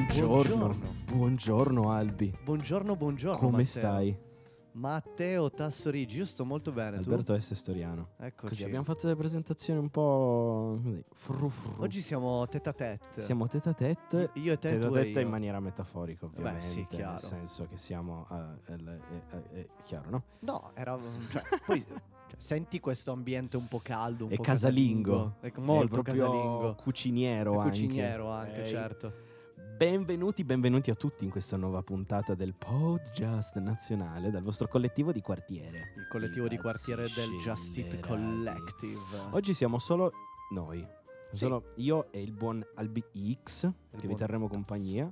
Buongiorno Albi. Buongiorno Come Matteo. stai? Matteo Tassorigi, io sto molto bene. Alberto S. Storiano. Eccoci. Così abbiamo fatto delle presentazioni un po' frufru. Oggi siamo tête à tête. Siamo tête à tête. Io e te, Tête à tu e tête io. in maniera metaforica, ovviamente. Beh, sì, chiaro. Nel senso che siamo chiaro, no? No, era poi senti questo ambiente un po' caldo, un È po' casalingo. È molto È proprio casalingo. cuciniero È anche. cuciniero anche, certo. Benvenuti a tutti in questa nuova puntata del Podcast Nazionale dal vostro collettivo di quartiere. Il collettivo di quartiere del Just It Collective. Oggi siamo solo noi. Sì. Solo io e il buon Albi X che vi terremo compagnia.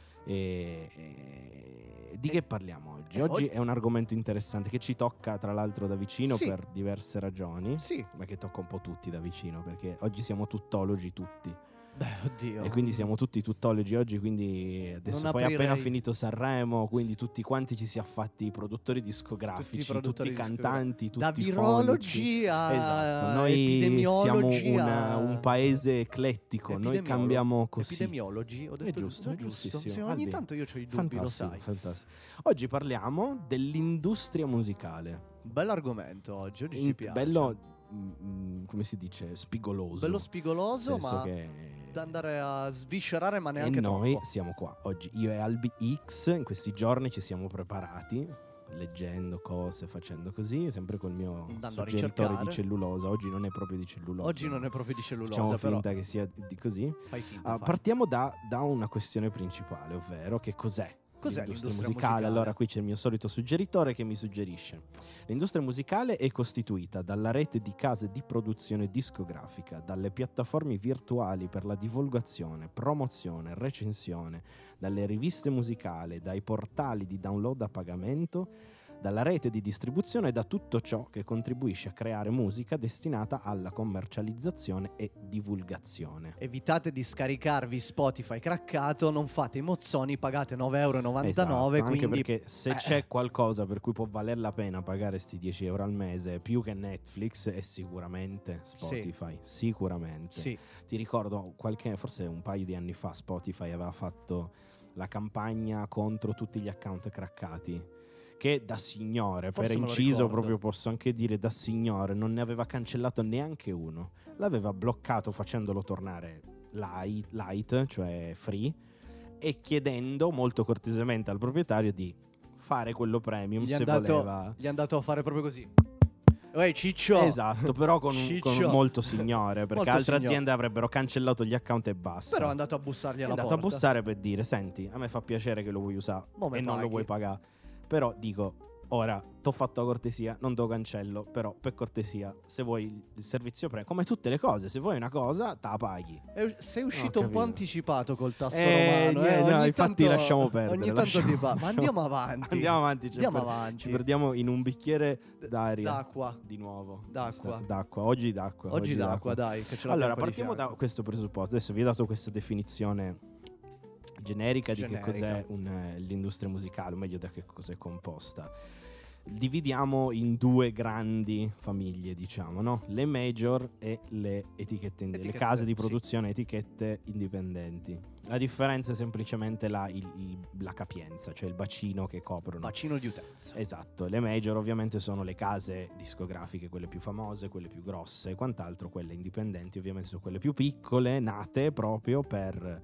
Di che parliamo oggi? Oggi è un argomento interessante che ci tocca tra l'altro da vicino, Sì. per diverse ragioni. Sì. Ma che tocca un po' tutti da vicino, perché oggi siamo tuttologi tutti. Beh, oddio. E quindi siamo tutti tuttologi oggi, quindi adesso Non poi aprirei. appena finito Sanremo, quindi tutti quanti ci si affatti i produttori discografici, tutti i cantanti, tutti da i virologi fonici. a Esatto, noi epidemiologi siamo un paese eclettico, noi cambiamo così. Epidemiologi, ho detto È giusto, è giustissimo. Sì, ogni Albi. tanto io ho i dubbi, lo sai. Fantastico. Oggi parliamo dell'industria musicale. Bell'argomento oggi ci piace. Bello, come si dice, spigoloso. Bello spigoloso, Nel senso ma che da andare a sviscerare, ma neanche e noi troppo. siamo qua oggi, io e Albi X, in questi giorni ci siamo preparati, leggendo cose, facendo così, sempre col mio Andando a suggeritore ricercare. di cellulosa. Oggi non è proprio di cellulosa. Oggi non è proprio di cellulosa, Facciamo però finta che sia di così. fai finta. Partiamo da una questione principale, ovvero che cos'è l'industria musicale? Allora qui c'è il mio solito suggeritore che mi suggerisce: l'industria musicale è costituita dalla rete di case di produzione discografica, dalle piattaforme virtuali per la divulgazione, promozione, recensione, dalle riviste musicali, dai portali di download a pagamento, dalla rete di distribuzione e da tutto ciò che contribuisce a creare musica destinata alla commercializzazione e divulgazione. Evitate di scaricarvi Spotify craccato, non fate i mozzoni, pagate 9,99 Esatto, €, anche quindi perché se c'è qualcosa per cui può valer la pena pagare sti 10 euro al mese più che Netflix è sicuramente Spotify. Sicuramente. sì. Ti ricordo forse un paio di anni fa Spotify aveva fatto la campagna contro tutti gli account craccati, che da signore, Forse per me lo inciso ricordo. proprio posso anche dire da signore, non ne aveva cancellato neanche uno, l'aveva bloccato facendolo tornare light, cioè free, e chiedendo molto cortesemente al proprietario di fare quello premium voleva. Gli è andato a fare proprio così. Ehi Ciccio! Esatto, però con Ciccio. molto signore, perché Molto altre signore. aziende avrebbero cancellato gli account e basta. Però è andato a bussargli È alla andato porta. a bussare per dire: senti, a me fa piacere che lo vuoi usare Mo me e non lo paghi. vuoi pagare, però dico, ora t'ho fatto la cortesia, non te lo cancello, però per cortesia, se vuoi il servizio come tutte le cose, se vuoi una cosa te la paghi. Sei uscito un po' capito. anticipato col tasso Niente, romano. no, Ogni infatti tanto- lasciamo perdere. Ogni tanto lasciamo- ti fa. Ma andiamo avanti. Andiamo avanti. Andiamo avanti. Ci perdiamo in un bicchiere d'aria. D'acqua. Di nuovo. D'acqua. Oggi d'acqua. Oggi d'acqua, dai. Che ce l'abbiamo Allora, qua di partiamo da fianco. questo presupposto. Adesso vi ho dato questa definizione generica di che cos'è l'industria musicale, o meglio da che cos'è composta. Dividiamo in due grandi famiglie, diciamo, no? Le major e le etichette, le case di produzione, etichette indipendenti. La differenza è semplicemente la capienza, cioè il bacino che coprono. Bacino di utenza. Esatto, le major ovviamente sono le case discografiche, quelle più famose, quelle più grosse e quant'altro. Quelle indipendenti ovviamente sono quelle più piccole, nate proprio per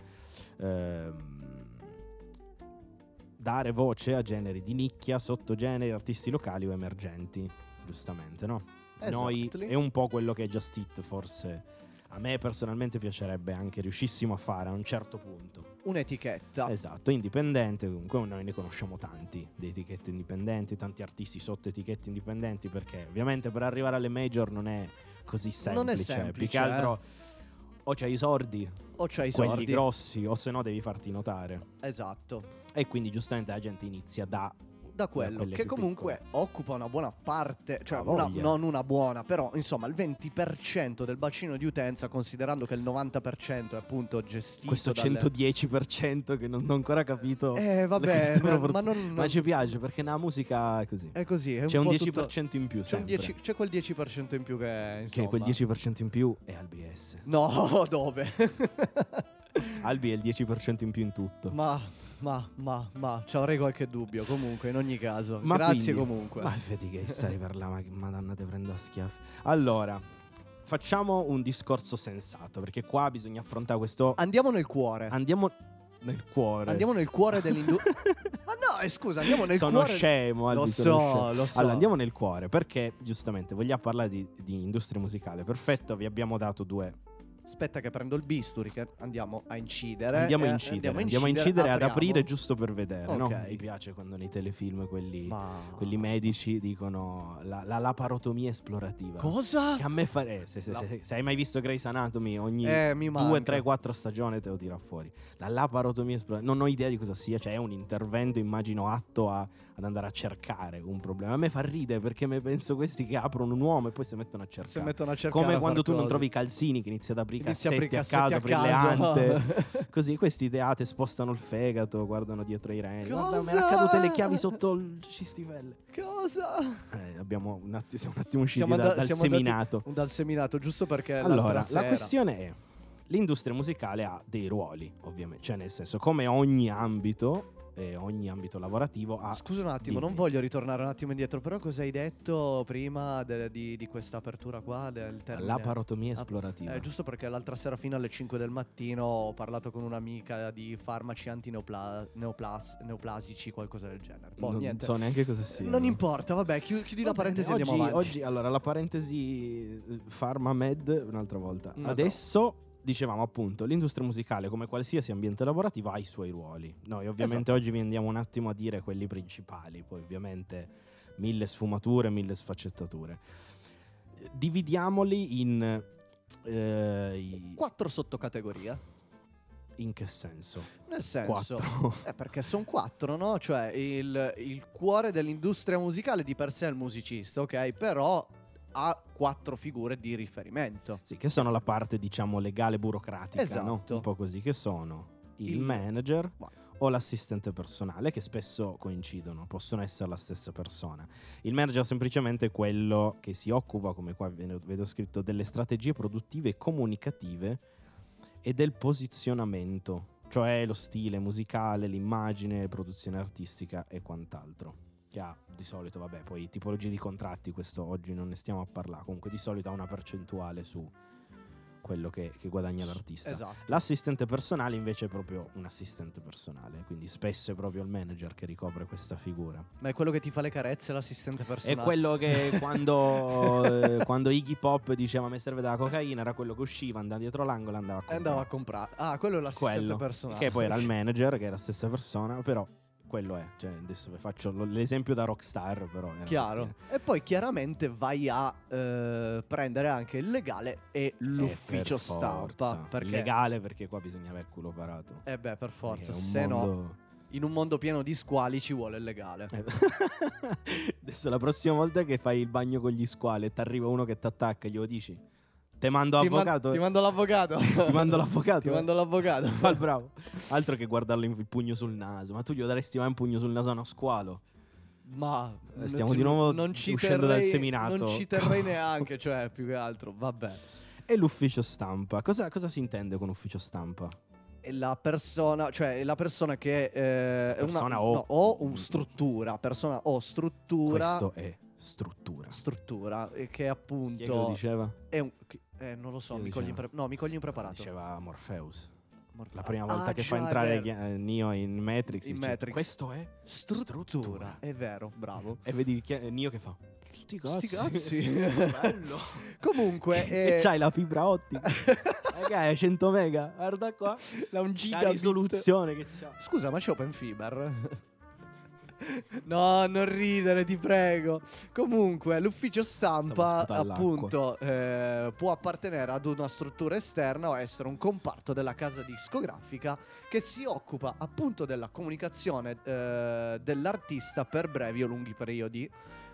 dare voce a generi di nicchia, sottogeneri, artisti locali o emergenti, giustamente, no? Noi è un po' quello che è Just It, forse a me personalmente piacerebbe anche riuscissimo a fare a un certo punto. Un'etichetta. Esatto, indipendente, comunque noi ne conosciamo tanti di etichette indipendenti, tanti artisti sotto etichette indipendenti, perché ovviamente per arrivare alle major non è così semplice. Non è semplice, più che altro o c'hai i sordi, o c'hai i quelli soldi grossi, o se no devi farti notare. Esatto. E quindi giustamente la gente inizia da quello quelle che più comunque occupa una buona parte, cioè voglia. non una buona, però insomma il 20% del bacino di utenza, considerando che il 90% è appunto gestito questo 110% che non ho ancora capito. Vabbè, ma ci piace perché nella musica è così. È così, è c'è un po' 10% in più sempre. c'è quel 10% in più che insomma. Che quel 10% in più è al BS. No, dove? Albi è il 10% in più in tutto. Ma ci avrei qualche dubbio. Comunque, in ogni caso, Ma grazie quindi, comunque. Ma vedi che stai per là, ma madonna te prendo a schiaffi. Allora, facciamo un discorso sensato, perché qua bisogna affrontare questo... Andiamo nel cuore. Andiamo nel cuore. Andiamo nel cuore dell'industria. Ma no, scusa, andiamo nel sono cuore. Scemo, Albi, Lo sono so, scemo. lo so. Allora, andiamo nel cuore, perché giustamente vogliamo parlare di industria musicale. Perfetto, vi abbiamo dato due... Aspetta che prendo il bisturi che andiamo a incidere. Andiamo a incidere ad apriamo. aprire giusto per vedere, no? Ok. Mi piace quando nei telefilm quelli medici dicono la laparotomia esplorativa. Cosa? Che a me fa... se hai mai visto Grey's Anatomy, ogni mi 2, 3, 4 stagioni te lo tira fuori. La laparotomia esplorativa. Non ho idea di cosa sia, cioè è un intervento, immagino, atto ad andare a cercare un problema. A me fa ridere perché mi penso questi che aprono un uomo e poi si mettono a cercare. Come quando tu non trovi i calzini che inizi ad aprire cassetti a caso, apri le ante. Così questi ideate spostano il fegato, guardano dietro i reni. Guarda, mi erano cadute le chiavi sotto il cistifelle. Cosa? Siamo un attimo usciti dal seminato. Dal seminato, giusto perché allora, la questione è: l'industria musicale ha dei ruoli, ovviamente. Cioè, nel senso, come ogni ambito lavorativo ha... Scusa un attimo, non voglio ritornare un attimo indietro, però cosa hai detto prima di questa apertura qua del termine? Laparotomia esplorativa. Giusto perché l'altra sera fino alle 5 del mattino ho parlato con un'amica di farmaci antineoplasici, qualcosa del genere. Non niente. so neanche cosa sia. Non importa, vabbè, chiudi la parentesi e andiamo avanti. Oggi, allora, la parentesi Pharma-Med un'altra volta. Adesso... Dicevamo appunto, l'industria musicale, come qualsiasi ambiente lavorativo, ha i suoi ruoli. Noi ovviamente oggi vi andiamo un attimo a dire quelli principali, poi ovviamente 1000 sfumature, 1000 sfaccettature. Dividiamoli in 4 sottocategorie. In che senso? Nel senso, 4. Perché sono 4, no? Cioè il cuore dell'industria musicale di per sé è il musicista, ok? Però ha 4 figure di riferimento. Sì, che sono la parte, diciamo, legale burocratica, esatto. No? Un po' così, che sono il manager o l'assistente personale, che spesso coincidono, possono essere la stessa persona. Il manager semplicemente è quello che si occupa, come qua vedo scritto, delle strategie produttive e comunicative e del posizionamento, cioè lo stile musicale, l'immagine, produzione artistica e quant'altro. Che ha di solito, vabbè, poi tipologie di contratti, questo oggi non ne stiamo a parlare, comunque di solito ha una percentuale su quello che guadagna l'artista. Esatto. L'assistente personale invece è proprio un assistente personale, quindi spesso è proprio il manager che ricopre questa figura. Ma è quello che ti fa le carezze, l'assistente personale? È quello che quando Iggy Pop diceva mi serve della cocaina, era quello che usciva, andava dietro l'angolo e andava a comprare. Ah, quello è l'assistente personale. Che poi era il manager, che è la stessa persona, però quello è, cioè adesso vi faccio l'esempio da rockstar, però chiaro. E poi chiaramente vai a prendere anche il legale e l'ufficio stampa. Perché legale, perché qua bisogna aver culo parato. Per forza, se no in un mondo pieno di squali ci vuole il legale. Adesso la prossima volta che fai il bagno con gli squali e ti arriva uno che ti attacca, glielo dici: ti mando l'avvocato. Ti mando l'avvocato. Ti mando l'avvocato. Ti mando l'avvocato. Fa il bravo. Altro che guardarlo il pugno sul naso. Ma tu gli daresti mai un pugno sul naso a uno squalo? Ma stiamo di nuovo uscendo dal seminato. Non ci terrei neanche, cioè, più che altro. Vabbè. E l'ufficio stampa? Cosa si intende con ufficio stampa? È la persona, cioè la persona che persona struttura. Persona o struttura. Questo è struttura. Struttura. Che appunto. Chi è che lo diceva? È un. Non lo so, mi cogli impreparato. Diceva Morpheus. La prima volta che fa entrare Neo in Matrix. In Matrix. Questo è struttura. È vero, bravo. E vedi Neo che fa: Sti cazzi. Bello. Comunque che c'hai la fibra ottica. È 100 mega. Guarda qua. La 1 giga risoluzione che c'ha. Scusa, ma c'è Open Fiber? No, non ridere, ti prego. Comunque, l'ufficio stampa appunto può appartenere ad una struttura esterna o essere un comparto della casa discografica che si occupa appunto della comunicazione dell'artista per brevi o lunghi periodi.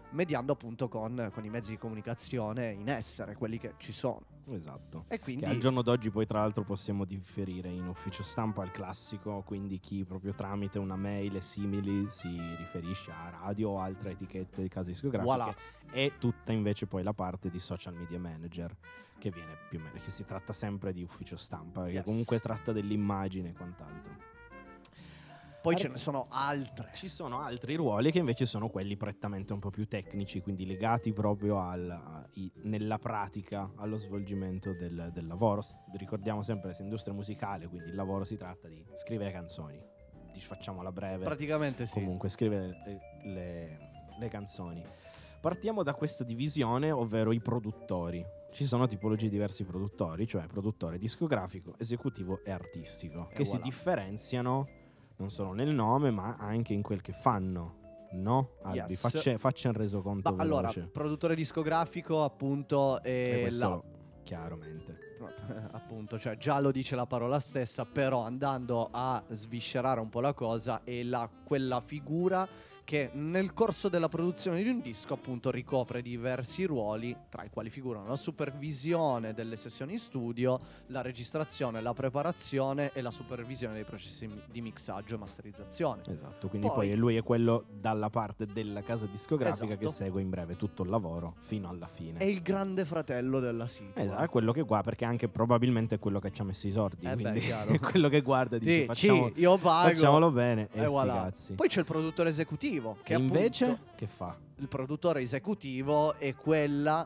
mediando appunto con i mezzi di comunicazione in essere, quelli che ci sono. Esatto. E quindi che al giorno d'oggi poi tra l'altro possiamo differire in ufficio stampa al classico, quindi chi proprio tramite una mail e simili si riferisce a radio o altre etichette di case discografiche, voilà. E tutta invece poi la parte di social media manager, che viene più o meno, che si tratta sempre di ufficio stampa, perché comunque tratta dell'immagine e quant'altro. Poi ce ne sono altre. Ci sono altri ruoli che invece sono quelli prettamente un po' più tecnici, quindi legati proprio nella pratica allo svolgimento del lavoro. Ricordiamo sempre questa industria musicale, quindi il lavoro si tratta di scrivere canzoni. Facciamola breve. Praticamente sì. Comunque scrivere le canzoni. Partiamo da questa divisione, ovvero i produttori. Ci sono tipologie diverse di produttori, cioè produttore discografico, esecutivo e artistico, che si differenziano non solo nel nome, ma anche in quel che fanno. No? Albi, faccia un resoconto veloce. Allora, produttore discografico appunto è questo chiaramente. Appunto, cioè già lo dice la parola stessa, però andando a sviscerare un po' la cosa, è quella figura che nel corso della produzione di un disco appunto ricopre diversi ruoli, tra i quali figurano la supervisione delle sessioni in studio, la registrazione, la preparazione e la supervisione dei processi di mixaggio e masterizzazione. Esatto, quindi poi lui è quello dalla parte della casa discografica che segue in breve tutto il lavoro fino alla fine. È il grande fratello della sigla. Esatto, è quello che guarda, perché anche probabilmente è quello che ci ha messo i sordi, quindi chiaro. è quello che guarda e dice io pago, facciamolo bene e voilà. Cazzi. Poi c'è il produttore esecutivo, che invece appunto, che fa? Il produttore esecutivo è quella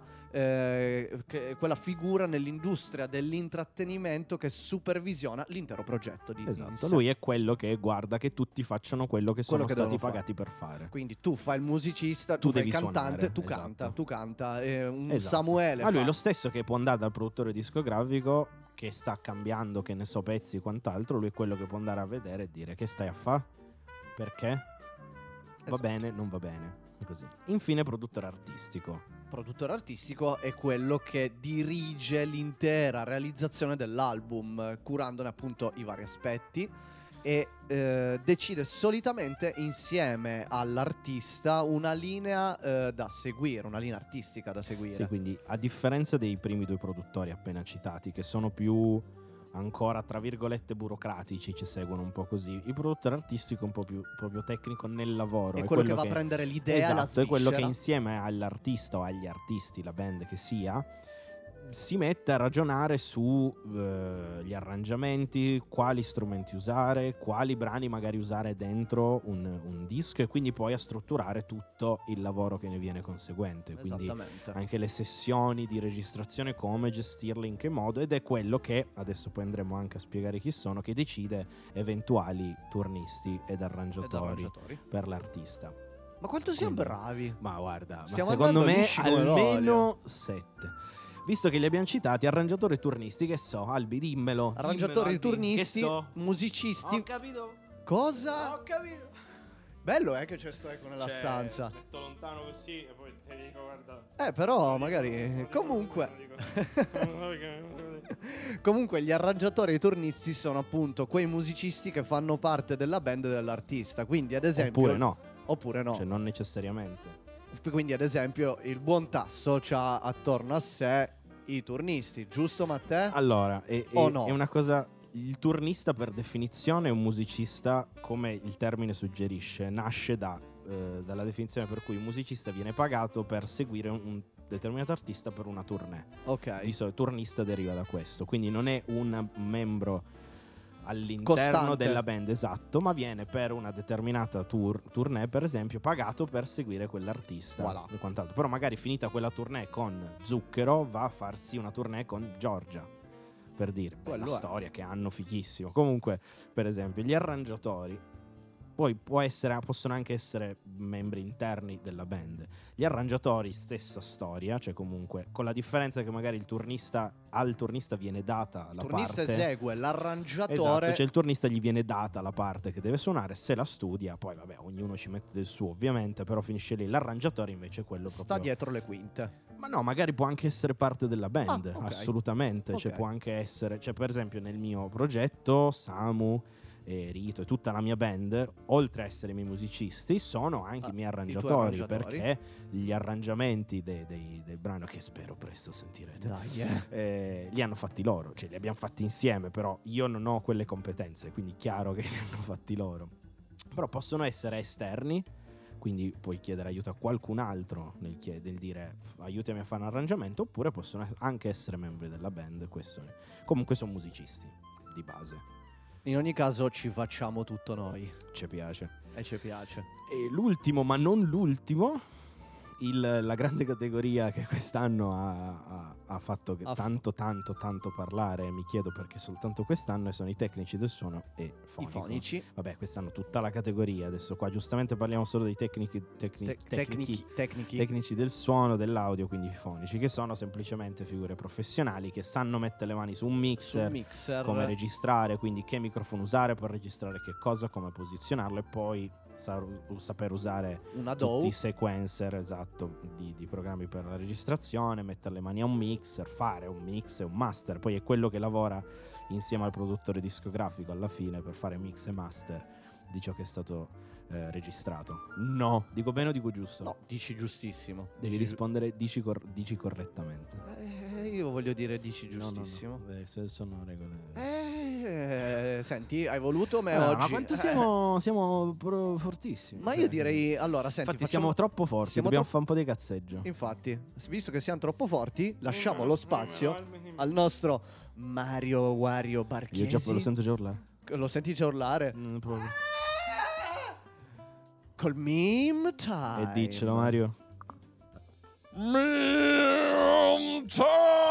figura nell'industria dell'intrattenimento che supervisiona l'intero progetto di Esatto, lui è quello che guarda che tutti facciano quello che sono stati pagati per fare. Quindi tu fai il musicista, tu fai il cantante, suonare, tu canta Samuele. Ma lui è lo stesso che può andare dal produttore discografico che sta cambiando, che ne so, pezzi e quant'altro. Lui è quello che può andare a vedere e dire: che stai a fare? Perché? Va bene, non va bene. Così. Infine, produttore artistico. Produttore artistico è quello che dirige l'intera realizzazione dell'album, curandone appunto i vari aspetti, e decide solitamente insieme all'artista una linea da seguire, una linea artistica da seguire. Sì, quindi a differenza dei primi due produttori appena citati, che sono più ancora tra virgolette burocratici, ci seguono un po' così, il produttore artistico è un po' più proprio tecnico nel lavoro, è quello che va a prendere l'idea e la sviscera. È quello che insieme all'artista o agli artisti, la band che sia, si mette a ragionare su gli arrangiamenti, quali strumenti usare, quali brani magari usare dentro un disco, e quindi poi a strutturare tutto il lavoro che ne viene conseguente, quindi anche le sessioni di registrazione, come gestirle, in che modo, ed è quello che adesso poi andremo anche a spiegare chi sono, che decide eventuali turnisti ed arrangiatori per l'artista. Ma quanto siamo bravi? Ma guarda, secondo me almeno 7. Visto che li abbiamo citati, arrangiatori e turnisti, che so, Albi, dimmelo. Arrangiatori, turnisti, musicisti. Ho capito. Cosa? Ho capito. Bello che c'è sto eco nella stanza. Metto lontano così e poi ti dico, guarda. Però magari comunque comunque gli arrangiatori e i turnisti sono appunto quei musicisti che fanno parte della band dell'artista. Quindi ad esempio Oppure no. Cioè non necessariamente. Quindi ad esempio il buon Tasso c'ha attorno a sé i turnisti, giusto Matteo? Allora, è una cosa. Il turnista per definizione è un musicista, come il termine suggerisce, nasce dalla definizione per cui un musicista viene pagato per seguire un determinato artista per una tournée. Ok. Di solito turnista deriva da questo, quindi non è un membro all'interno costante della band, esatto, ma viene per una determinata tournée, per esempio, pagato per seguire quell'artista e quant'altro. Però magari finita quella tournée con Zucchero va a farsi una tournée con Giorgia, per dire, bella storia, che hanno fighissimo. Comunque, per esempio, gli arrangiatori poi possono anche essere membri interni della band. Gli arrangiatori, stessa storia, cioè comunque con la differenza che magari al turnista viene data la parte. Il turnista esegue, l'arrangiatore. Esatto, cioè il turnista gli viene data la parte che deve suonare, se la studia, poi vabbè, ognuno ci mette del suo ovviamente, però finisce lì. L'arrangiatore invece è quello sta proprio dietro le quinte. Ma no, magari può anche essere parte della band, okay. Assolutamente, cioè può anche essere, cioè per esempio nel mio progetto Samu e Rito e tutta la mia band, oltre a essere i miei musicisti, sono anche i miei arrangiatori, perché gli arrangiamenti del brano, che spero presto sentirete, li hanno fatti loro, cioè li abbiamo fatti insieme, però io non ho quelle competenze, quindi chiaro che li hanno fatti loro. Però possono essere esterni, quindi puoi chiedere aiuto a qualcun altro nel dire aiutami a fare un arrangiamento, oppure possono anche essere membri della band. Comunque sono musicisti di base. In ogni caso ci facciamo tutto noi. Ci piace. E ci piace. E l'ultimo, ma non l'ultimo, la grande categoria che quest'anno ha fatto tanto parlare, mi chiedo perché soltanto quest'anno, e sono i tecnici del suono e fonico. I fonici. Vabbè, quest'anno tutta la categoria, adesso qua giustamente parliamo solo dei tecnici del suono, dell'audio, quindi i fonici, che sono semplicemente figure professionali che sanno mettere le mani su un mixer, come registrare, quindi che microfono usare per registrare che cosa, come posizionarlo, e poi saper usare tutti i sequencer, esatto, di programmi per la registrazione, mettere le mani a un mixer, fare un mix e un master. Poi è quello che lavora insieme al produttore discografico alla fine per fare mix e master di ciò che è stato registrato. No, dico bene o dico giusto? No, dici giustissimo. Devi rispondere, dici correttamente. Io voglio dire dici giustissimo. No. Sono regole. Senti, hai voluto me oggi. Ma quanto siamo fortissimi. Ma io direi, allora, senti, infatti siamo troppo forti, dobbiamo fare un po' di cazzeggio. Infatti, visto che siamo troppo forti, lasciamo lo spazio al nostro Mario Wario Barchesi. Io lo sento già urlare. Lo senti già urlare? Proprio. Col meme time. E diccelo, Mario. Meme time.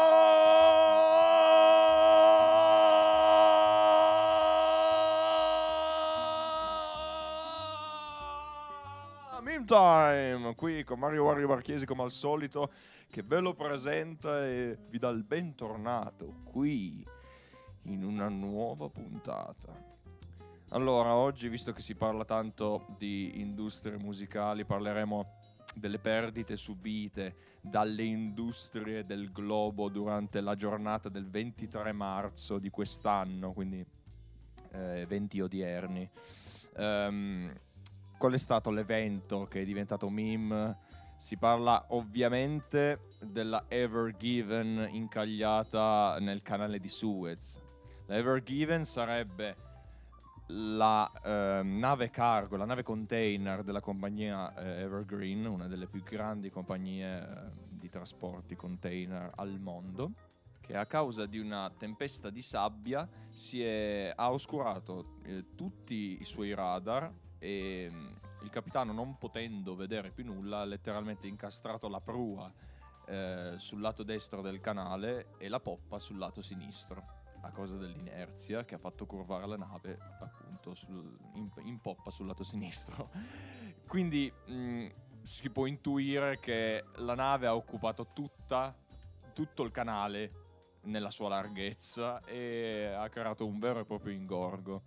Meme time, qui con Mario Wario Barchesi come al solito, che ve lo presenta e vi dà il bentornato qui in una nuova puntata. Allora, oggi, visto che si parla tanto di industrie musicali, parleremo delle perdite subite dalle industrie del globo durante la giornata del 23 marzo di quest'anno, quindi eventi odierni. Qual è stato l'evento che è diventato meme? Si parla ovviamente della Ever Given incagliata nel canale di Suez. La Ever Given sarebbe la nave cargo, la nave container della compagnia Evergreen, una delle più grandi compagnie di trasporti container al mondo, che a causa di una tempesta di sabbia ha oscurato tutti i suoi radar, e il capitano, non potendo vedere più nulla, ha letteralmente incastrato la prua sul lato destro del canale e la poppa sul lato sinistro, a causa dell'inerzia che ha fatto curvare la nave appunto in poppa sul lato sinistro. Quindi si può intuire che la nave ha occupato tutto il canale nella sua larghezza e ha creato un vero e proprio ingorgo.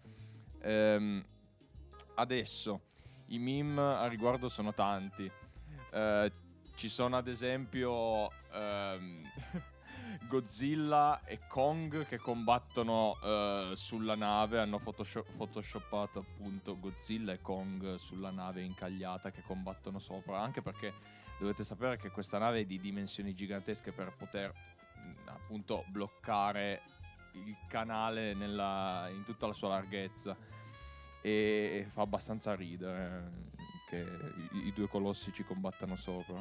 Adesso i meme a riguardo sono tanti. Ci sono ad esempio Godzilla e Kong che combattono sulla nave. Hanno photoshoppato appunto Godzilla e Kong sulla nave incagliata che combattono sopra, anche perché dovete sapere che questa nave è di dimensioni gigantesche per poter appunto bloccare il canale in tutta la sua larghezza, e fa abbastanza ridere che i due colossi ci combattano sopra.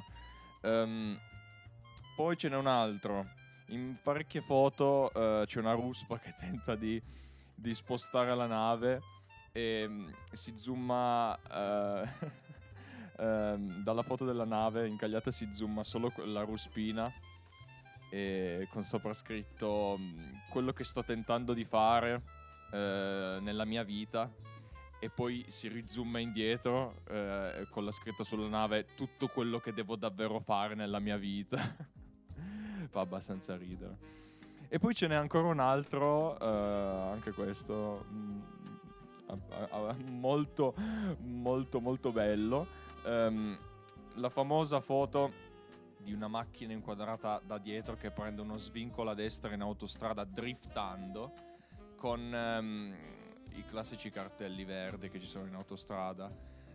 Poi ce n'è un altro. In parecchie foto c'è una ruspa che tenta di spostare la nave e si zooma dalla foto della nave incagliata, si zooma solo la ruspina e con sopra scritto quello che sto tentando di fare nella mia vita, e poi si rizooma indietro con la scritta sulla nave tutto quello che devo davvero fare nella mia vita. Fa abbastanza ridere. E poi ce n'è ancora un altro, anche questo molto molto molto bello, la famosa foto di una macchina inquadrata da dietro che prende uno svincolo a destra in autostrada driftando, con i classici cartelli verdi che ci sono in autostrada.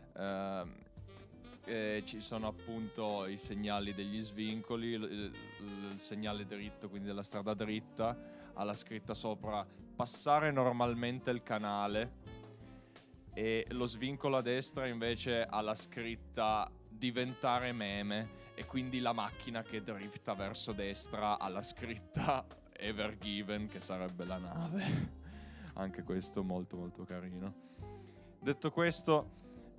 Ci sono appunto i segnali degli svincoli, il segnale dritto, quindi della strada dritta, ha la scritta sopra passare normalmente il canale, e lo svincolo a destra invece ha la scritta diventare meme, e quindi la macchina che drifta verso destra ha la scritta Ever Given, che sarebbe la nave. Anche questo molto molto carino. Detto questo,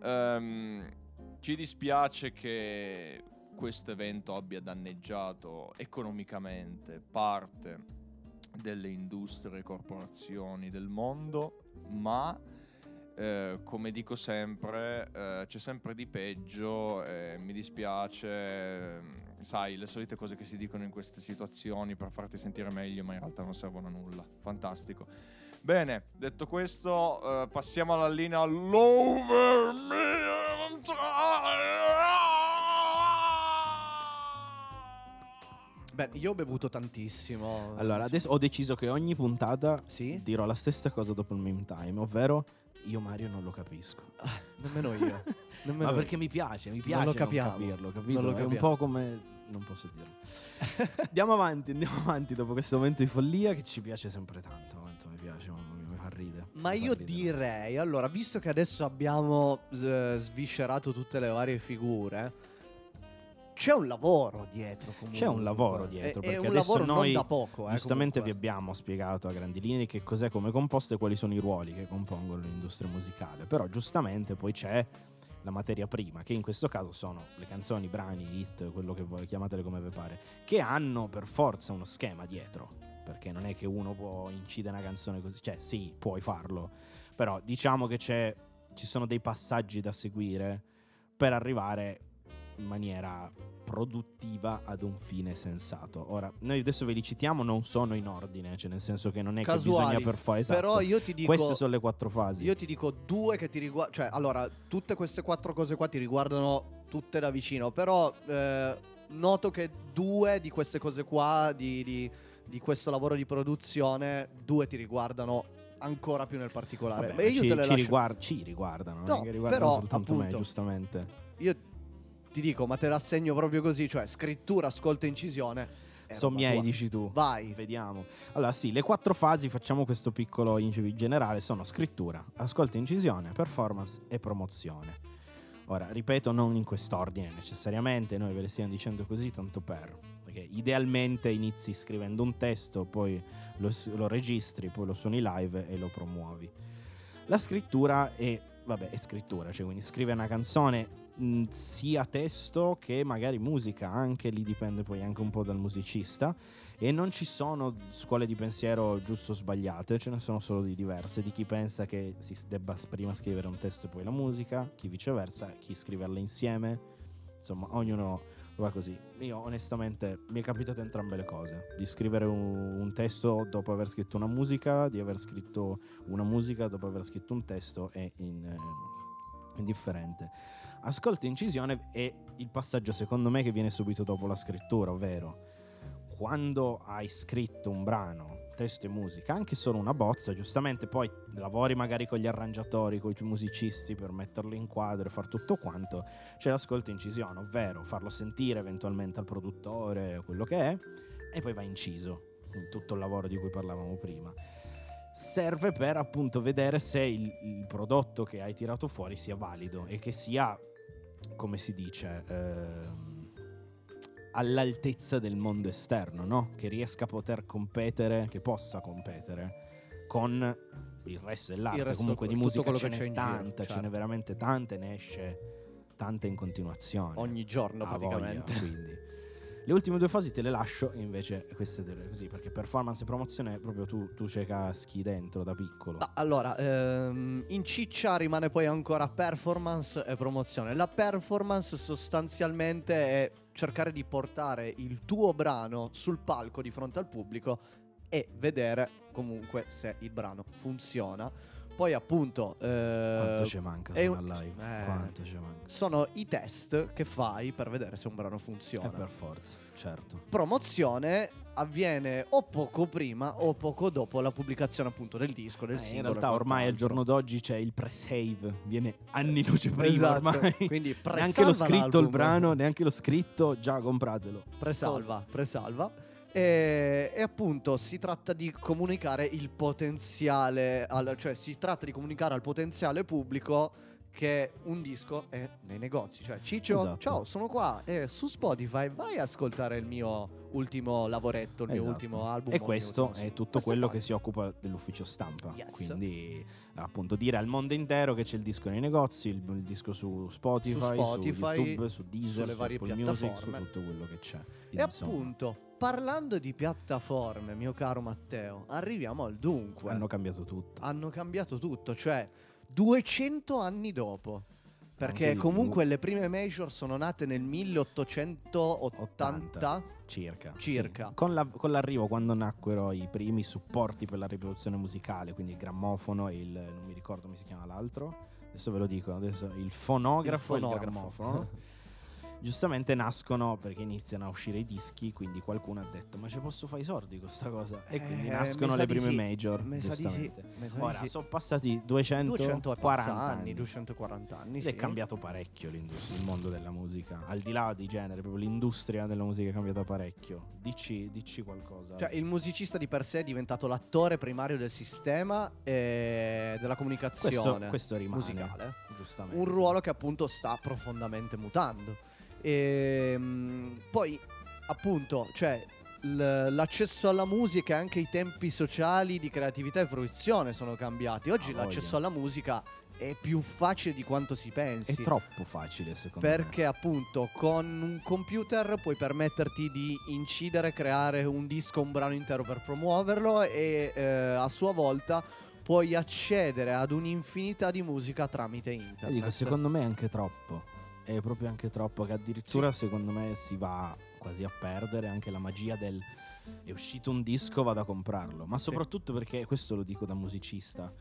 ci dispiace che questo evento abbia danneggiato economicamente parte delle industrie e corporazioni del mondo, ma come dico sempre, c'è sempre di peggio. Mi dispiace, sai, le solite cose che si dicono in queste situazioni per farti sentire meglio, ma in realtà non servono a nulla. Fantastico. Bene, detto questo, passiamo alla linea Lover Me. Beh, io ho bevuto tantissimo. Allora, adesso ho deciso che ogni puntata sì? dirò la stessa cosa dopo il meme time, ovvero io Mario non lo capisco. Nemmeno io. Ma perché mi piace non lo capiamo. capirlo, capito? Non lo È un po' come... non posso dirlo. Andiamo avanti dopo questo momento di follia che ci piace sempre tanto. Quanto mi piace, mamma mia, mi fa ridere. Ma io direi, allora, visto che adesso abbiamo sviscerato tutte le varie figure, c'è un lavoro dietro comunque. C'è un lavoro dietro, perché un adesso lavoro noi non da poco, giustamente comunque. vi abbiamo spiegato a grandi linee che cos'è come composto e quali sono i ruoli che compongono l'industria musicale. Però giustamente poi c'è la materia prima, che in questo caso sono le canzoni, i brani, hit, quello che voi chiamatele come vi pare, che hanno per forza uno schema dietro, perché non è che uno può incidere una canzone così, cioè sì, puoi farlo, però diciamo che ci sono dei passaggi da seguire per arrivare in maniera produttiva ad un fine sensato. Ora, noi adesso ve li citiamo, non sono in ordine, cioè nel senso che non è casuali, che bisogna per forza, esatto. Però io ti dico, queste sono le 4 fasi. Io ti dico 2 che ti riguardano, cioè allora, tutte queste 4 cose qua ti riguardano tutte da vicino, però noto che 2 di queste cose qua, di questo lavoro di produzione, 2 ti riguardano ancora più nel particolare. Vabbè, beh, io te le lascio... ci riguardano, No, non è che riguardano però, soltanto appunto, me, giustamente. Io ti dico, ma te la assegno proprio così, cioè scrittura, ascolto, incisione. Sono miei, dici tu. Vai. Vediamo. Allora sì, le 4 fasi, facciamo questo piccolo incipit generale, sono scrittura, ascolto, incisione, performance e promozione. Ora, ripeto, non in quest'ordine necessariamente, noi ve le stiamo dicendo così tanto perché idealmente inizi scrivendo un testo, poi lo registri, poi lo suoni live e lo promuovi. La scrittura è scrittura, cioè quindi scrive una canzone, sia testo che magari musica, anche lì dipende poi anche un po' dal musicista, e non ci sono scuole di pensiero giusto o sbagliate, ce ne sono solo di diverse, di chi pensa che si debba prima scrivere un testo e poi la musica, chi viceversa, chi scriverle insieme, insomma ognuno va così. Io onestamente mi è capitato entrambe le cose, di scrivere un testo dopo aver scritto una musica, di aver scritto una musica dopo aver scritto un testo, è indifferente. Ascolto, incisione è il passaggio secondo me che viene subito dopo la scrittura, ovvero quando hai scritto un brano, testo e musica, anche solo una bozza, giustamente poi lavori magari con gli arrangiatori, con i tuoi musicisti per metterlo in quadro e far tutto quanto, c'è l'ascolto, incisione, ovvero farlo sentire eventualmente al produttore, quello che è, e poi va inciso, tutto il lavoro di cui parlavamo prima. Serve per appunto vedere se il prodotto che hai tirato fuori sia valido e che sia, come si dice, all'altezza del mondo esterno, no? Che riesca a poter competere, che possa competere con il resto dell'arte. Resto, comunque di musica ce n'è tanta, giro, certo. Ce n'è veramente tante, ne esce tante in continuazione ogni giorno praticamente. Voglia, quindi le ultime 2 fasi te le lascio, e invece queste te le così, perché performance e promozione proprio tu ci caschi dentro da piccolo. Allora, in ciccia rimane poi ancora performance e promozione. La performance sostanzialmente è cercare di portare il tuo brano sul palco di fronte al pubblico e vedere comunque se il brano funziona. Poi appunto quanto ci manca suona live? Quanto ci manca? Sono i test che fai per vedere se un brano funziona. Per forza, certo. Promozione avviene o poco prima o poco dopo la pubblicazione appunto del disco, del singolo. In realtà ormai al giorno d'oggi c'è il pre-save, viene anni luce prima ormai. Quindi neanche lo scritto il brano, neanche lo scritto, già compratelo. Presalva. E appunto si tratta di comunicare il potenziale, cioè si tratta di comunicare al potenziale pubblico che un disco è nei negozi. Cioè Ciccio, esatto. Ciao, sono qua e su Spotify vai a ascoltare il mio ultimo lavoretto, il mio ultimo album. E questo è tutto quello che si occupa dell'ufficio stampa. Yes. Quindi appunto dire al mondo intero che c'è il disco nei negozi, il disco su Spotify, su YouTube, su Deezer, sulle su varie Apple piattaforme. Music, su tutto quello che c'è. E appunto, parlando di piattaforme, mio caro Matteo, arriviamo al dunque. Hanno cambiato tutto. Cioè 200 anni dopo. Perché comunque le prime major sono nate nel 1880 circa. Sì. Con l'arrivo, quando nacquero i primi supporti per la riproduzione musicale, quindi il grammofono e non mi ricordo come si chiama l'altro, adesso ve lo dico, il fonografo. E il grammofono. Giustamente nascono perché iniziano a uscire i dischi, quindi qualcuno ha detto ma ci posso fare i soldi con sta cosa, e quindi nascono le prime major. Ora sono passati 240 anni ed è cambiato parecchio l'industria, il mondo della musica, al di là di genere, proprio l'industria della musica è cambiata parecchio. Dici qualcosa. Cioè il musicista di per sé è diventato l'attore primario del sistema e della comunicazione questo rimane musicale, giustamente. Un ruolo che appunto sta profondamente mutando. E poi appunto, cioè l'accesso alla musica e anche i tempi sociali di creatività e fruizione sono cambiati. Oggi l'accesso alla musica è più facile di quanto si pensi. È troppo facile secondo me. Perché appunto con un computer puoi permetterti di incidere, creare un disco, un brano intero per promuoverlo e a sua volta puoi accedere ad un'infinità di musica tramite internet. Dico, secondo me è anche troppo. È proprio anche troppo, che addirittura secondo me si va quasi a perdere anche la magia del è uscito un disco, vado a comprarlo. Ma soprattutto perché, questo lo dico da musicista,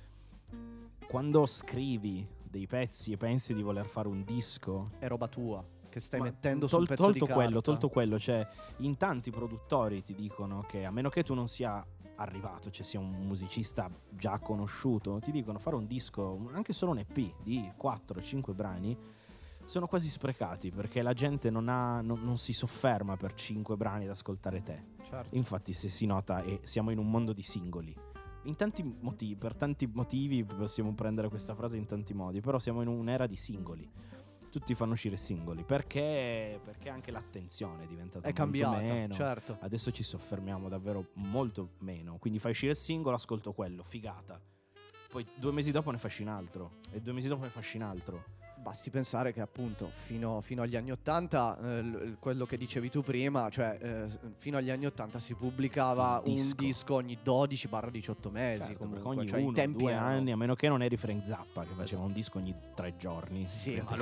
quando scrivi dei pezzi e pensi di voler fare un disco, è roba tua che stai mettendo sul pezzo di carta. Tolto quello, cioè in tanti produttori ti dicono che a meno che tu non sia arrivato, cioè sia un musicista già conosciuto, ti dicono fare un disco, anche solo un EP di 4-5 brani, sono quasi sprecati, perché la gente non si sofferma per 5 brani ad ascoltare te. Certo. Infatti se si nota, siamo in un mondo di singoli. In tanti motivi, per tanti motivi possiamo prendere questa frase in tanti modi, però siamo in un'era di singoli. Tutti fanno uscire singoli perché anche l'attenzione è diventata molto cambiata, meno. certo. Adesso ci soffermiamo davvero molto meno. Quindi fai uscire il singolo, ascolto quello, figata. Poi 2 mesi dopo ne fasci un altro, e 2 mesi dopo ne fasci un altro. Basti pensare che appunto fino agli anni 80 quello che dicevi tu prima, cioè fino agli anni 80 si pubblicava un disco ogni 12-18 mesi, certo, comunque ogni cioè 1-2 anni, a meno che non eri Frank Zappa che faceva un disco ogni 3 giorni. Sì, ma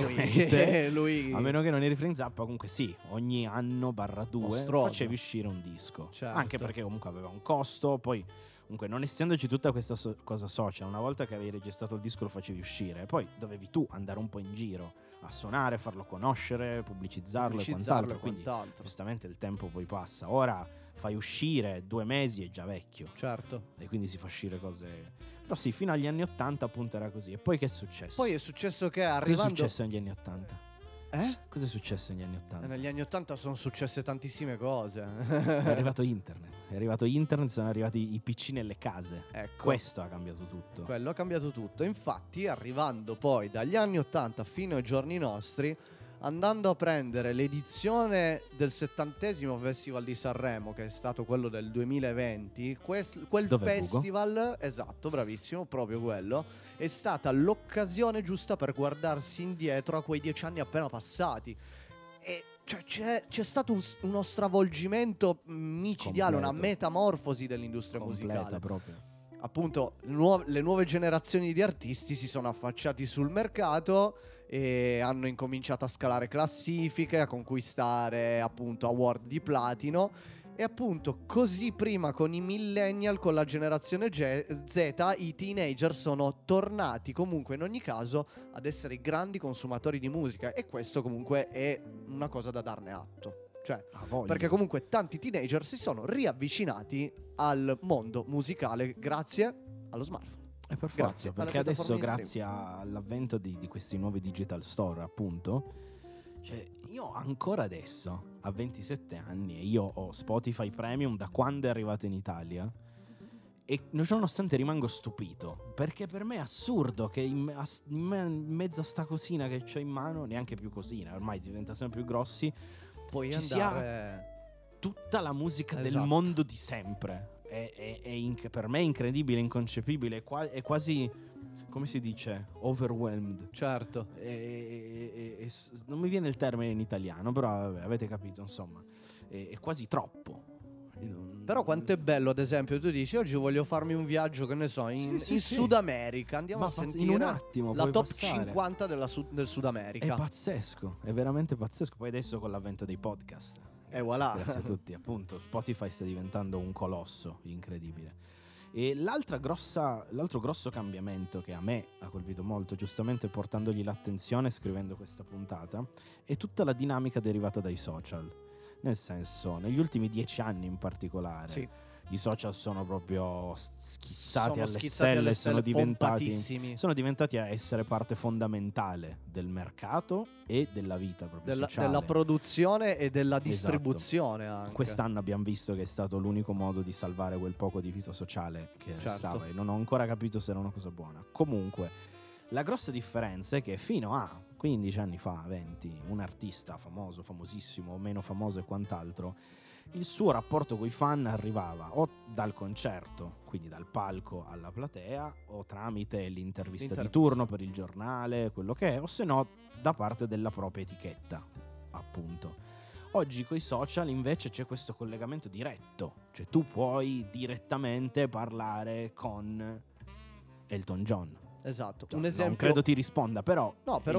lui a meno che non eri Frank Zappa, comunque sì, ogni anno /2 facevi uscire un disco, certo. Anche perché comunque aveva un costo. Poi comunque, non essendoci tutta questa cosa social, una volta che avevi registrato il disco lo facevi uscire, poi dovevi tu andare un po' in giro a suonare, farlo conoscere, pubblicizzarlo e quant'altro. Quindi giustamente il tempo poi passa. Ora fai uscire 2 mesi è già vecchio. Certo. E quindi si fa uscire cose. Però sì, fino agli anni 80 appunto era così. E poi che è successo? Poi è successo che arrivando... Cosa è successo negli anni 80? Cosa è successo negli anni 80? Negli anni 80 sono successe tantissime cose. È arrivato internet, sono arrivati i PC nelle case. Ecco. Questo ha cambiato tutto. Quello ha cambiato tutto. Infatti, arrivando poi dagli anni 80 fino ai giorni nostri, andando a prendere l'edizione del 70° Festival di Sanremo, che è stato quello del 2020, quel festival, esatto, bravissimo, proprio quello, è stata l'occasione giusta per guardarsi indietro a quei 10 anni appena passati. E cioè, c'è stato uno stravolgimento micidiale, una metamorfosi dell'industria musicale. Proprio. Appunto, le nuove generazioni di artisti si sono affacciati sul mercato e hanno incominciato a scalare classifiche, a conquistare appunto award di platino, E appunto così prima con i millennial, con la generazione Z, i teenager sono tornati comunque in ogni caso ad essere i grandi consumatori di musica, e questo comunque è una cosa da darne atto. Cioè, perché comunque tanti teenager si sono riavvicinati al mondo musicale grazie allo smartphone. E per forza, perché adesso grazie all'avvento di questi nuovi digital store, appunto, cioè, io ancora adesso, a 27 anni, e io ho Spotify Premium da quando è arrivato in Italia, e nonostante rimango stupito, perché per me è assurdo che in mezzo a sta cosina che ho in mano, neanche più cosina, ormai diventa sempre più grossi, puoi ci sia tutta la musica del mondo di sempre. Per me è incredibile, inconcepibile, è quasi, come si dice, overwhelmed. Certo. Non mi viene il termine in italiano, però vabbè, avete capito, insomma. È quasi troppo. Però quanto è bello, ad esempio, tu dici oggi voglio farmi un viaggio, che ne so, in Sud America, andiamo a sentire in un attimo la top passare. 50 del Sud America. È pazzesco, è veramente pazzesco. Poi adesso con l'avvento dei podcast, e voilà. Grazie a tutti, appunto, Spotify sta diventando un colosso incredibile. E l'altro grosso cambiamento che a me ha colpito molto, giustamente portandogli l'attenzione scrivendo questa puntata, è tutta la dinamica derivata dai social. Nel senso, negli ultimi 10 anni in particolare, i social sono proprio schizzati alle stelle, sono diventati a essere parte fondamentale del mercato e della vita proprio sociale, della produzione e della distribuzione. Esatto. Anche quest'anno abbiamo visto che è stato l'unico modo di salvare quel poco di vita sociale che restava, e non ho ancora capito se era una cosa buona. Comunque la grossa differenza è che fino a 15 anni fa, 20, un artista famoso, famosissimo o meno famoso e quant'altro, il suo rapporto con i fan arrivava o dal concerto, quindi dal palco alla platea, o tramite l'intervista di turno per il giornale, quello che è, o se no da parte della propria etichetta, appunto. Oggi con i social invece c'è questo collegamento diretto, cioè tu puoi direttamente parlare con Elton John. Esatto, un esempio, non credo ti risponda, però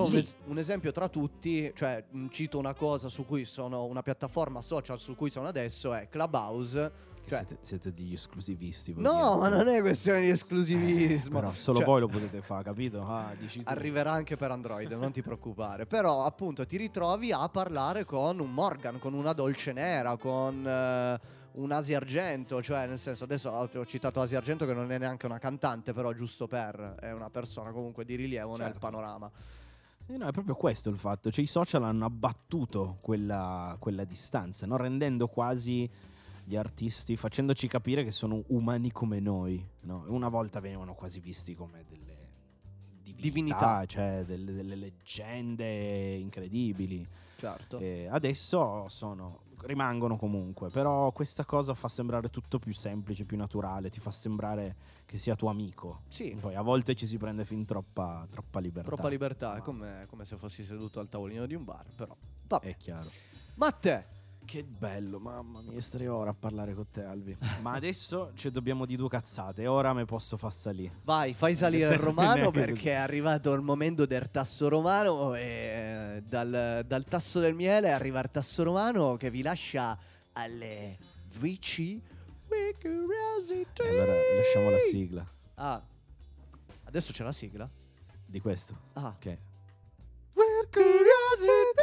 un esempio tra tutti, cioè cito una cosa su cui una piattaforma social su cui sono adesso, è Clubhouse. Cioè, siete degli esclusivisti. No, ma non è questione di esclusivismo. Però solo voi lo potete fare, capito? Dici tu. Arriverà anche per Android, non ti preoccupare. Però appunto ti ritrovi a parlare con un Morgan, con una Dolce Nera, con un Asia Argento, cioè nel senso, adesso ho citato Asia Argento che non è neanche una cantante, però giusto è una persona comunque di rilievo nel panorama. No, è proprio questo il fatto, cioè i social hanno abbattuto quella distanza, no? Rendendo quasi gli artisti, facendoci capire che sono umani come noi, no? Una volta venivano quasi visti come delle divinità, cioè delle leggende incredibili. Certo. Adesso rimangono comunque, però questa cosa fa sembrare tutto più semplice, più naturale, ti fa sembrare che sia tuo amico. Sì. Poi a volte ci si prende fin troppa libertà. Troppa libertà, è come se fossi seduto al tavolino di un bar, però vabbè. È chiaro. Ma te? Che bello, mamma mia, starei ora a parlare con te, Albi. Ma adesso ci dobbiamo di due cazzate, ora me posso far salire. Vai, fai salire il romano, perché è arrivato il momento del tasso romano, e dal tasso del miele arriva il tasso romano che vi lascia alle Vici. Allora lasciamo la sigla. Adesso c'è la sigla? Di questo? Ok. We're Curiosity.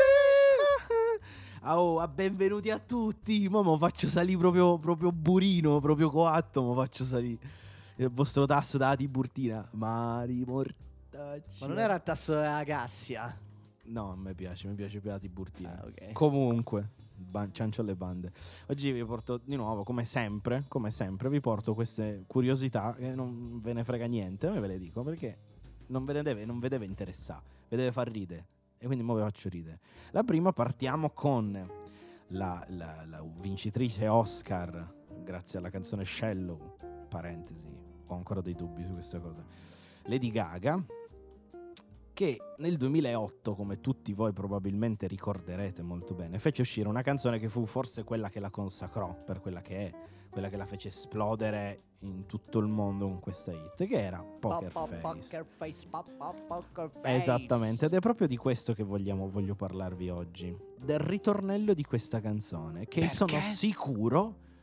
Benvenuti a tutti. Mo faccio salire proprio burino, proprio coatto. Mo faccio salire il vostro tasso da Tiburtina. Mari mortacci. Ma non era il tasso della Gassia? No, a me piace più la Tiburtina. Okay. Comunque, ciancio alle bande. Oggi vi porto di nuovo, come sempre, vi porto queste curiosità che non ve ne frega niente. Ma ve le dico perché non ve deve interessare, ve deve far ridere. E quindi mo vi faccio ridere. La prima, partiamo con la vincitrice Oscar grazie alla canzone Shallow, parentesi, ho ancora dei dubbi su questa cosa, Lady Gaga, che nel 2008, come tutti voi probabilmente ricorderete molto bene, fece uscire una canzone che fu forse quella che la consacrò per quella che è, quella che la fece esplodere in tutto il mondo con questa hit, che era Poker Face. Esattamente, ed è proprio di questo che voglio parlarvi oggi, del ritornello di questa canzone, che perché? Sono sicuro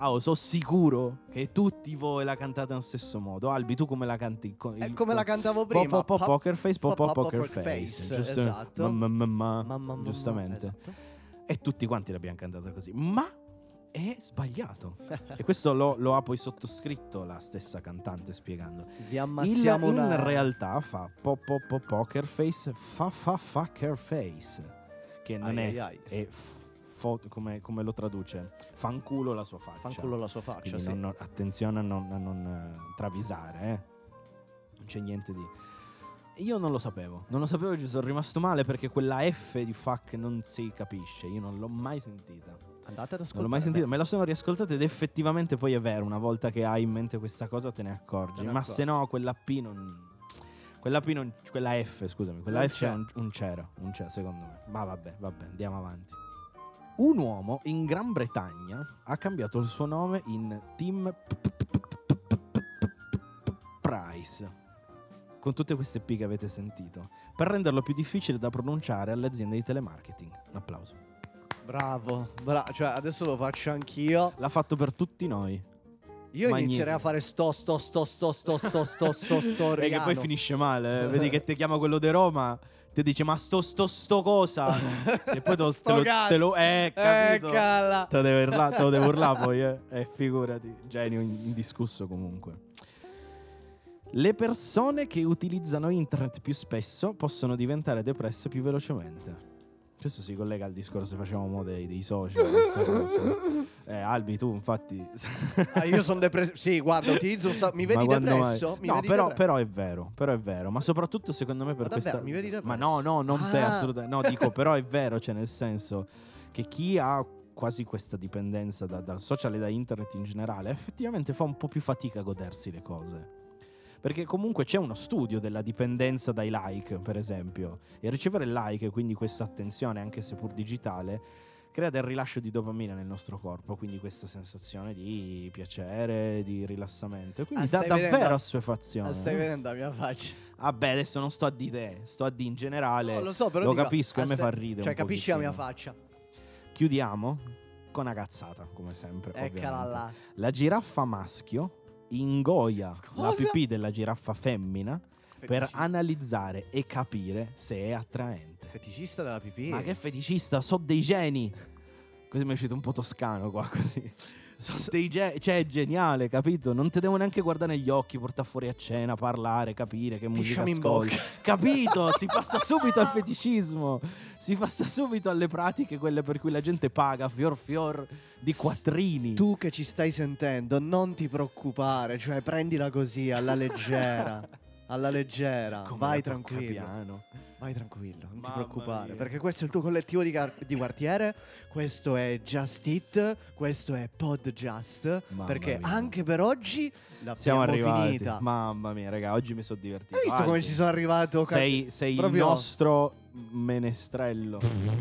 sono sicuro che tutti voi la cantate nello stesso modo. Albi, tu come la canti? Come la cantavo prima. Poker face, poker face. Giusto? Esatto. Giustamente. Esatto. E tutti quanti l'abbiamo cantata così. Ma è sbagliato. E questo lo ha poi sottoscritto la stessa cantante spiegando. Vi ammazziamo in realtà fa poker face, fa fucker face. Che non è come lo traduce? Fanculo la sua faccia. Fanculo la sua faccia, sì. Attenzione a non travisare, Non c'è niente di... Io non lo sapevo, ci sono rimasto male perché quella F di fuck non si capisce, io non l'ho mai sentita. Andate ad ascoltare. Non l'ho mai sentita, me la sono riascoltata ed effettivamente poi è vero, una volta che hai in mente questa cosa te ne accorgi, ma se no quella F, scusami, quella F è un c'era secondo me. Ma vabbè, andiamo avanti. Un uomo in Gran Bretagna ha cambiato il suo nome in Tim Price, con tutte queste P che avete sentito, per renderlo più difficile da pronunciare alle aziende di telemarketing. Un applauso. Bravo. Cioè adesso lo faccio anch'io. L'ha fatto per tutti noi. Io inizierei a fare sto E che poi finisce male, Vedi che ti chiama quello di Roma, ti dice ma sto cosa e poi te lo capito, te lo devo urlare poi figurati. Genio indiscusso. Comunque, le persone che utilizzano internet più spesso possono diventare depresse più velocemente. Questo si collega al discorso che facevamo dei social. Albi, tu infatti io sono depresso. Sì, guarda, utilizzo mi vedi depresso? Però è vero. Ma soprattutto secondo me per questa... mi vedi depresso? Ma no, non te assolutamente. No, dico però è vero, cioè nel senso che chi ha quasi questa dipendenza dal social e da internet in generale effettivamente fa un po' più fatica a godersi le cose. Perché comunque c'è uno studio della dipendenza dai like, per esempio, e ricevere like, quindi questa attenzione, anche seppur digitale, crea del rilascio di dopamina nel nostro corpo, quindi questa sensazione di piacere, di rilassamento, e quindi dà davvero assuefazione. Stai vedendo la mia faccia? Vabbè, adesso non sto a di te, sto a di in generale. No, lo so, però lo capisco, a me fa ridere. Cioè, capisci la mia faccia? Chiudiamo con una cazzata, come sempre. Eccola là. La giraffa maschio ingoia la pipì della giraffa femmina per analizzare e capire se è attraente. Feticista della pipì? Ma che feticista? So dei geni. Così mi è uscito un po' toscano qua, così. Cioè è geniale, capito? Non ti devo neanche guardare negli occhi, portare fuori a cena, parlare, capire che musica ascolti. Capito? Si passa subito al feticismo. Si passa subito alle pratiche, quelle per cui la gente paga fior di quattrini. Tu che ci stai sentendo, non ti preoccupare, cioè prendila così alla leggera. Alla leggera. Vai tranquillo. Vai tranquillo, non ti preoccupare, perché questo è il tuo collettivo di quartiere, questo è Just It, questo è Podjust, perché anche per oggi siamo arrivati. Finita. Mamma mia, raga, oggi mi sono divertito. Hai visto come ci sono arrivato? Sei proprio il nostro menestrello.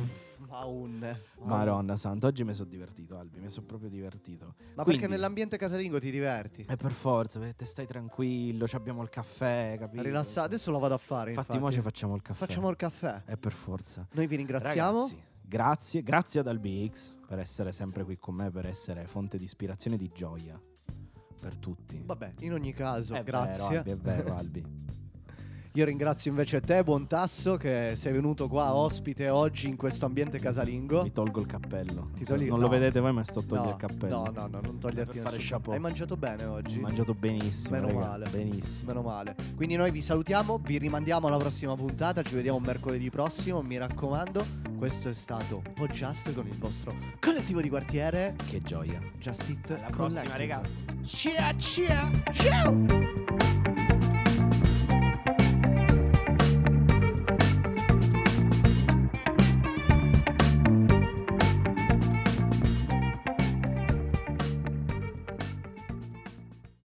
Madonna santa, oggi mi sono divertito, Albi, mi sono proprio divertito. Ma quindi, perché nell'ambiente casalingo ti diverti? Per forza, perché stai tranquillo, abbiamo il caffè, capito? Rilassato, adesso lo vado a fare. Infatti mo ci facciamo il caffè. Facciamo il caffè. Per forza. Noi vi ringraziamo. Ragazzi, grazie ad AlbiX per essere sempre qui con me, per essere fonte di ispirazione e di gioia per tutti. Vabbè, in ogni caso, grazie. Vero, Albi, è vero, Albi. Io ringrazio invece te, Buontasso, che sei venuto qua ospite oggi in questo ambiente casalingo. Mi tolgo il cappello. Non lo vedete voi, ma sto togliendo il cappello. No, non toglierti per fare chapeau. Hai mangiato bene oggi? Ho mangiato benissimo. Meno male. Benissimo. Meno male. Quindi noi vi salutiamo, vi rimandiamo alla prossima puntata. Ci vediamo mercoledì prossimo, mi raccomando. Questo è stato Podjust con il vostro collettivo di quartiere. Che gioia. Just It. Alla prossima, raga. Ciao.